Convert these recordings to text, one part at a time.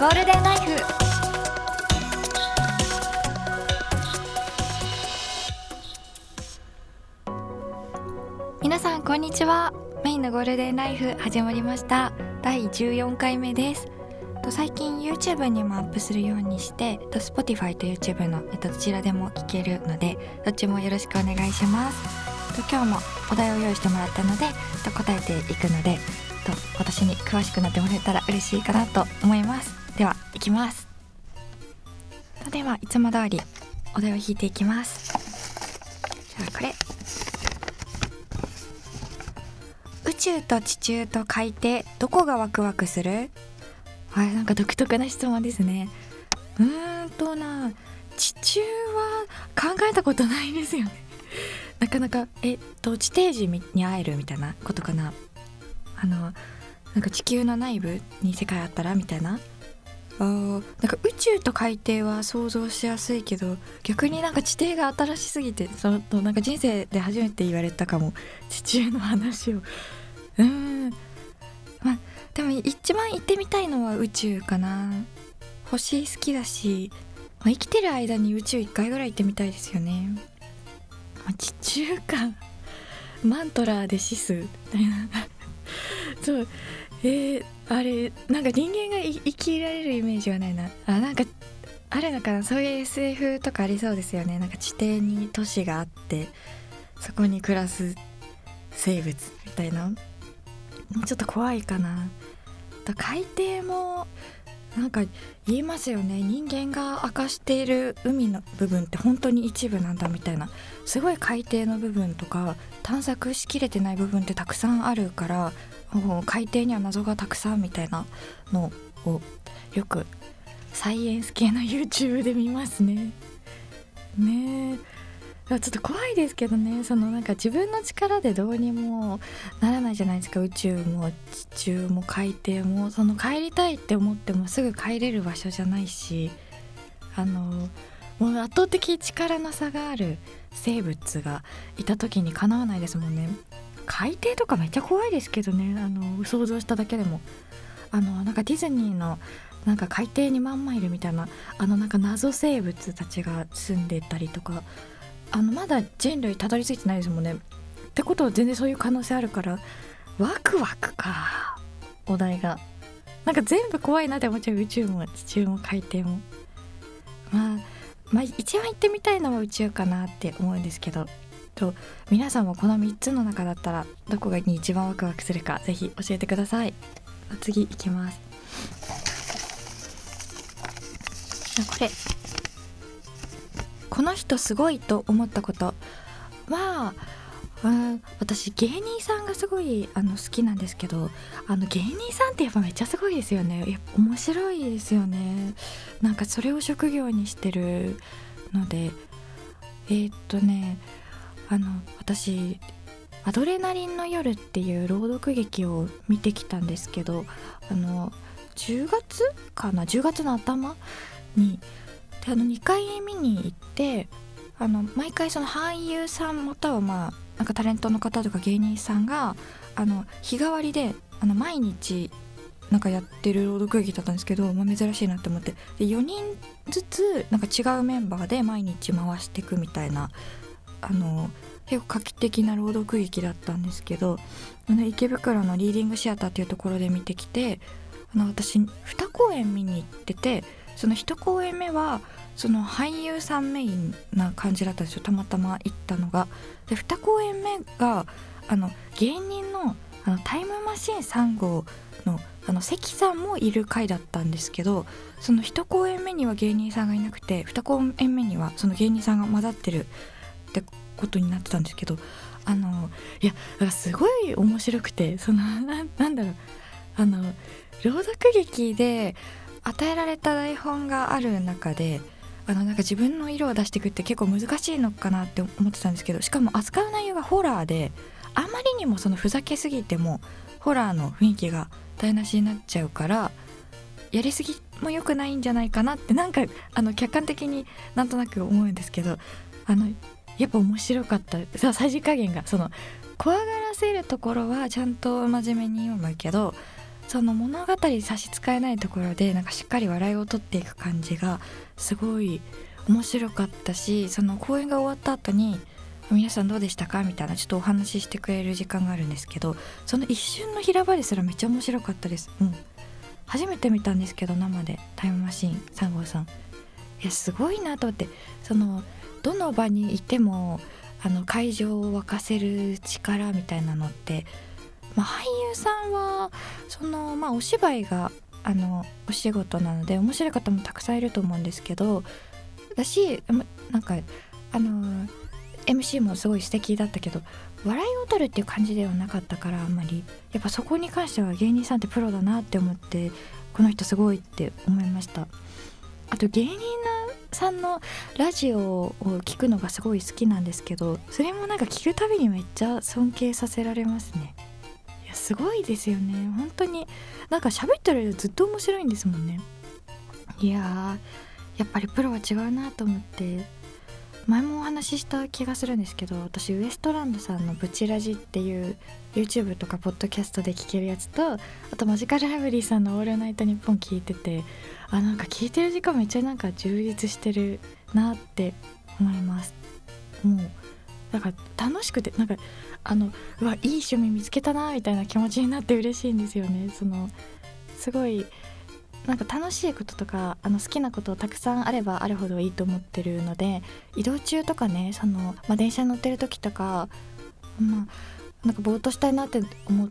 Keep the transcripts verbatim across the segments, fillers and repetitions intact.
ゴールデンライフ。皆さんこんにちは。メインのゴールデンライフ始まりました。だいじゅうよんかいめです。最近 YouTube にもアップするようにして Spotify と YouTube のどちらでも聞けるので、どっちもよろしくお願いします。今日もお題を用意してもらったので答えていくので、私に詳しくなってもらえたら嬉しいかなと思います。では行きます。ではいつも通りお題を引いていきます。じゃあこれ、宇宙と地中と海底どこがワクワクする？あれ、なんか独特な質問ですね。うーんとな地中は考えたことないですよね。なかなかえっと地底人に会えるみたいなことかな。あのなんか地球の内部に世界あったらみたいな。あーなんか宇宙と海底は想像しやすいけど、逆になんか地底が新しすぎて、そのなんか人生で初めて言われたかも、地中の話を。うーんまあでも一番行ってみたいのは宇宙かな。星好きだし、まあ、生きてる間に宇宙いっかいぐらい行ってみたいですよね。まあ、地中かマントラーでシスみたいなそうえー、あれなんか人間が生きられるイメージはないなあ。なんかあるのかな、そういう エスエフ とかありそうですよね。なんか地底に都市があってそこに暮らす生物みたいな。ちょっと怖いかな。海底もなんか言いますよね。人間が明かしている海の部分って本当に一部なんだみたいな。すごい海底の部分とか探索しきれてない部分ってたくさんあるから、海底には謎がたくさんみたいなのをよくサイエンス系の YouTube で見ますね。ねえ、ちょっと怖いですけどね。そのなんか自分の力でどうにもならないじゃないですか。宇宙も地中も海底も。その帰りたいって思ってもすぐ帰れる場所じゃないし、あのもう圧倒的力の差がある生物がいた時にかなわないですもんね。海底とかめっちゃ怖いですけどね。あの想像しただけでも、あのなんかディズニーのなんか海底にまんまいるみたいな、あのなんか謎生物たちが住んでたりとか、あのまだ人類たどり着いてないですもんね。ってことは全然そういう可能性あるから、ワクワクか。お題がなんか全部怖いなって思っちゃう。宇宙も地中も海底も。まあ、まあ一番行ってみたいのは宇宙かなって思うんですけど、と皆さんもこのみっつの中だったらどこがに一番ワクワクするかぜひ教えてください。次いきます。これ、この人すごいと思ったことは、うん、私芸人さんがすごいあの好きなんですけど、あの芸人さんってやっぱめっちゃすごいですよね。やっぱ面白いですよね。なんかそれを職業にしてるので、えー、っとねあの私アドレナリンの夜っていう朗読劇を見てきたんですけど、あのじゅうがつかな、じゅうがつの頭にであのにかい見に行って、あの毎回その俳優さんまたはまあなんかタレントの方とか芸人さんがあの日替わりであの毎日なんかやってる朗読劇だったんですけど、まあ、珍しいなって思って、でよにんずつなんか違うメンバーで毎日回していくみたいな、あの結構画期的な朗読劇だったんですけど、あの池袋のリーディングシアターっていうところで見てきて、あの私に公演見に行ってて、そのいち公演目はその俳優さんメインな感じだったんですよ。たまたま行ったのが。でに公演目があの芸人 の, あのタイムマシーンさん号 の, あの関さんもいる回だったんですけど、そのいち公演目には芸人さんがいなくてに公演目にはその芸人さんが混ざってるってことになってたんですけど、あのいやすごい面白くて、その な, なんだろうあの朗読劇で与えられた台本がある中で、あのなんか自分の色を出していくって結構難しいのかなって思ってたんですけど、しかも扱う内容がホラーで、あまりにもそのふざけすぎてもホラーの雰囲気が台無しになっちゃうから、やりすぎも良くないんじゃないかなって、なんかあの客観的になんとなく思うんですけど、あのやっぱ面白かった。ささじ加減がその怖がらせるところはちゃんと真面目に読むけど、 その物語差し支えないところでなんかしっかり笑いを取っていく感じがすごい面白かったし、その公演が終わった後に皆さんどうでしたかみたいなちょっとお話ししてくれる時間があるんですけど、その一瞬の平場ですらめっちゃ面白かったです。うん、初めて見たんですけど生でタイムマシーンさん号さん、いやすごいなと思って、そのどの場にいてもあの会場を沸かせる力みたいなのって、まあ、俳優さんはその、まあ、お芝居があのお仕事なので面白い方もたくさんいると思うんですけど、だしなんかあの エムシー もすごい素敵だったけど笑いを取るっていう感じではなかったから、あんまりやっぱそこに関しては芸人さんってプロだなって思って、この人すごいって思いました。あと芸人さんのラジオを聞くのがすごい好きなんですけど、それもなんか聞くたびにめっちゃ尊敬させられますね。いやすごいですよね。本当になんか喋ってる間ずっと面白いんですもんね。いやーやっぱりプロは違うなと思って、前もお話しした気がするんですけど、私ウエストランドさんのブチラジっていう YouTube とかポッドキャストで聞けるやつと、あとマジカルラブリーさんのオールナイトニッポン聞いてて、あなんか聞いてる時間めっちゃなんか充実してるなって思います。もうなんか楽しくて、なんかあのうわいい趣味見つけたなみたいな気持ちになって嬉しいんですよね。そのすごいなんか楽しいこととかあの好きなことたくさんあればあるほどいいと思ってるので、移動中とかね、その、まあ、電車に乗ってる時とか、まあ、なんかぼーっとしたいなって思って、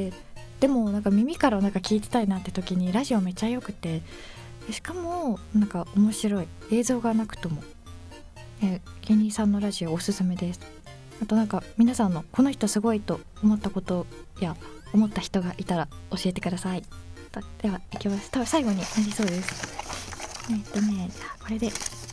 でもなんか耳からなんか聞いてたいなって時にラジオめっちゃ良くて、しかもなんか面白い、映像がなくとも、え芸人さんのラジオおすすめです。あとなんか皆さんのこの人すごいと思ったことや思った人がいたら教えてください。ではいきます。多分最後になりそうです。えっとね、じゃあこれで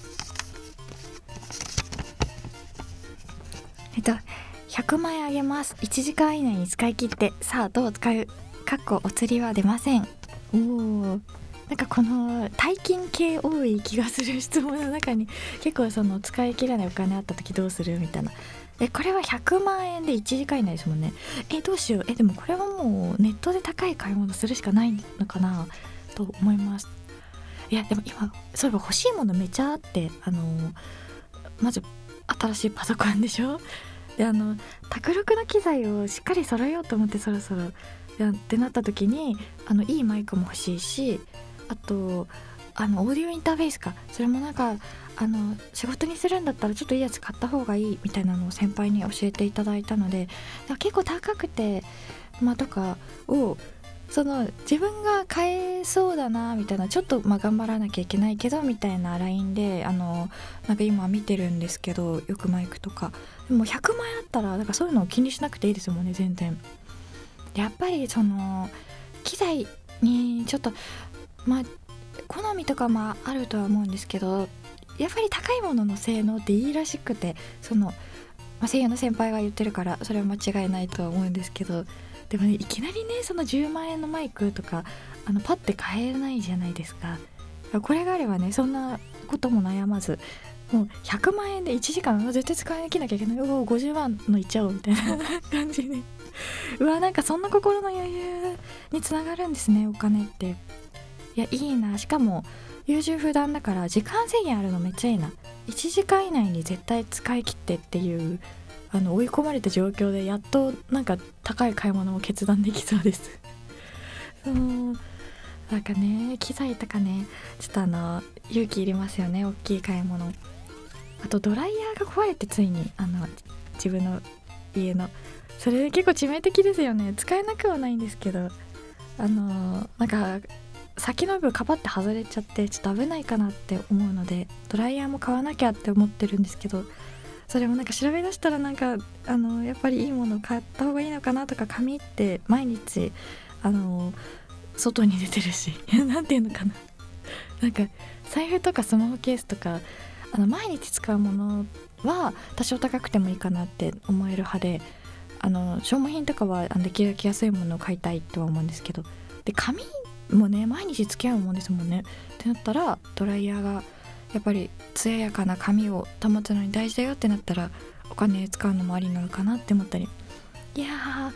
えっとひゃくまん円あげます。いちじかん以内に使い切って、さあどう使う？かっこお釣りは出ません。おー、なんかこの大金系多い気がする質問の中に結構その使い切らないお金あった時どうするみたいな。えこれはひゃくまん円でいちじかん以内ですもんね。えどうしよう。えでもこれはもうネットで高い買い物するしかないのかなと思います。いやでも今そういえば欲しいものめちゃあって、あのまず新しいパソコンでしょ。であの卓録の機材をしっかり揃えようと思って、そろそろやってなった時にあのいいマイクも欲しいし、あとあのオーディオインターフェースか、それもなんかあの仕事にするんだったらちょっといいやつ買った方がいいみたいなのを先輩に教えていただいたので、結構高くてまあとかをその自分が買えそうだなみたいな、ちょっとまあ頑張らなきゃいけないけどみたいなラインであのなんか今見てるんですけど、よくマイクとかでもひゃくまん円あったらなんかそういうのを気にしなくていいですもんね。全然やっぱりその機材にちょっとまあ好みとかもあるとは思うんですけど、やっぱり高いものの性能っていいらしくて、その、まあ、声優の先輩が言ってるからそれは間違いないとは思うんですけど、でもねいきなりねそのじゅうまん円のマイクとかあのパッて買えないじゃないですか。これがあればねそんなことも悩まず、もうひゃくまん円でいちじかん絶対使い切らなきゃいけない、うわごじゅうまんのいっちゃおうみたいな感じでうわなんかそんな心の余裕につながるんですね、お金って。いやいいな。しかも優柔不断だから時間制限あるのめっちゃいいな。いちじかん以内に絶対使い切ってっていう、あの追い込まれた状況でやっとなんか高い買い物を決断できそうですそうなんかね機材とかねちょっとあの勇気いりますよね、大きい買い物。あとドライヤーが壊れてついにあの自分の家の、それ結構致命的ですよね。使えなくはないんですけど、あのなんか先の部分カパって外れちゃってちょっと危ないかなって思うので、ドライヤーも買わなきゃって思ってるんですけど、それもなんか調べ出したらなんかあのやっぱりいいものを買った方がいいのかなとか、紙って毎日あの外に出てるしなんていうのかな、なんか財布とかスマホケースとかあの毎日使うものは多少高くてもいいかなって思える派で、あの消耗品とかはできるだけ安いものを買いたいとは思うんですけど、で紙もうね毎日付き合うもんですもんねってなったら、ドライヤーがやっぱり艶やかな髪を保つのに大事だよってなったらお金使うのもありなのかなって思ったり、いやー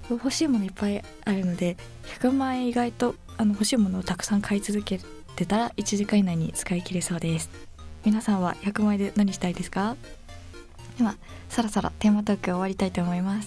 欲しいものいっぱいあるので、ひゃくまんえん意外とあの欲しいものをたくさん買い続けてたらいちじかん以内に使い切れそうです。皆さんはひゃくまんえんで何したいですか？今そろそろテーマトーク終わりたいと思います。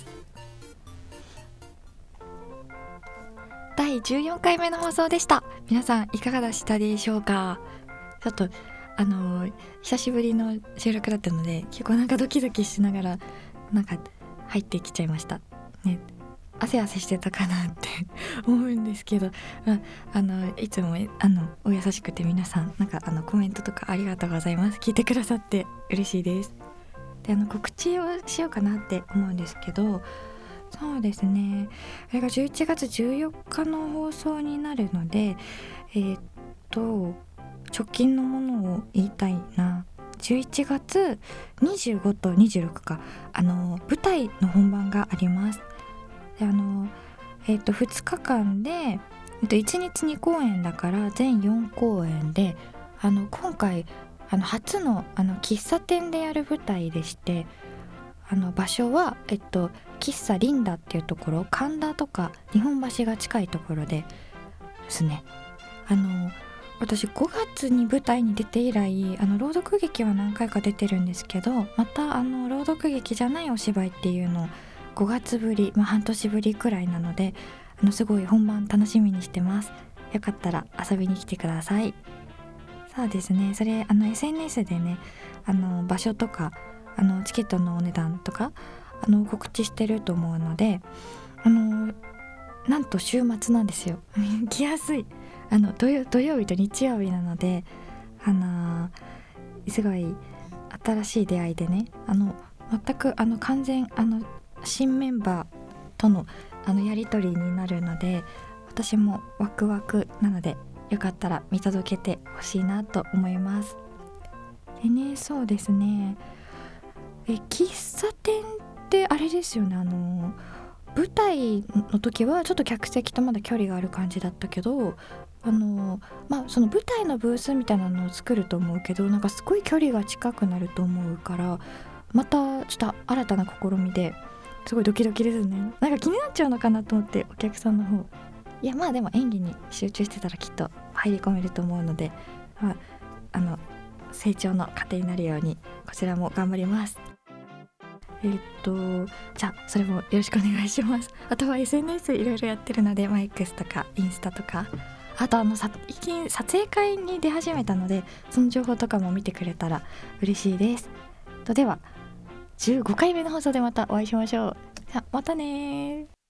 だいじゅうよんかいめの放送でした。皆さんいかがでしたでしょうか？ちょっとあのー、久しぶりの収録だったので結構なんかドキドキしながらなんか入ってきちゃいましたね。汗汗してたかなって思うんですけど、まあ、あのいつもあのお優しくて皆さんなんかあのコメントとかありがとうございます。聞いてくださって嬉しいです。であの告知をしようかなって思うんですけど、そうですね、あれがじゅういちがつじゅうよっかの放送になるので、えー、っと直近のものを言いたいな。じゅういちがつにじゅうごとにじゅうろくかあの舞台の本番があります。であの、えー、とふつかかんで、えー、といちにちにこうえんだから全よんこうえんで、あの今回あの初の、あの喫茶店でやる舞台でして、あの場所は、えっと、喫茶リンダっていうところ、神田とか日本橋が近いところでですね、あの私ごがつに舞台に出て以来あの朗読劇は何回か出てるんですけど、またあの朗読劇じゃないお芝居っていうのをごがつぶり、まあ、半年ぶりくらいなので、あのすごい本番楽しみにしてます。よかったら遊びに来てください。そうですね、それあの エスエヌエス でね、あの場所とかあのチケットのお値段とかあの告知してると思うので、あのなんと週末なんですよ来やすい、あの 土曜、土曜日と日曜日なので、あのー、すごい新しい出会いでね、あの全くあの完全あの新メンバーとのあのやり取りになるので、私もワクワクなのでよかったら見届けてほしいなと思います。でね、そうですね、え喫茶店ってあれですよね、あの舞台の時はちょっと客席とまだ距離がある感じだったけど、あのまあその舞台のブースみたいなのを作ると思うけど、なんかすごい距離が近くなると思うから、またちょっと新たな試みですごいドキドキですね。なんか気になっちゃうのかなと思って、お客さんの方、いやまあでも演技に集中してたらきっと入り込めると思うので、まあ、あの成長の過程になるようにこちらも頑張ります。えー、っとじゃあそれもよろしくお願いします。あとは エスエヌエス いろいろやってるので、マイクスとかインスタとか、あとあの最近撮影会に出始めたので、その情報とかも見てくれたら嬉しいです。とではじゅうごかいめの放送でまたお会いしましょう。じゃあまたね。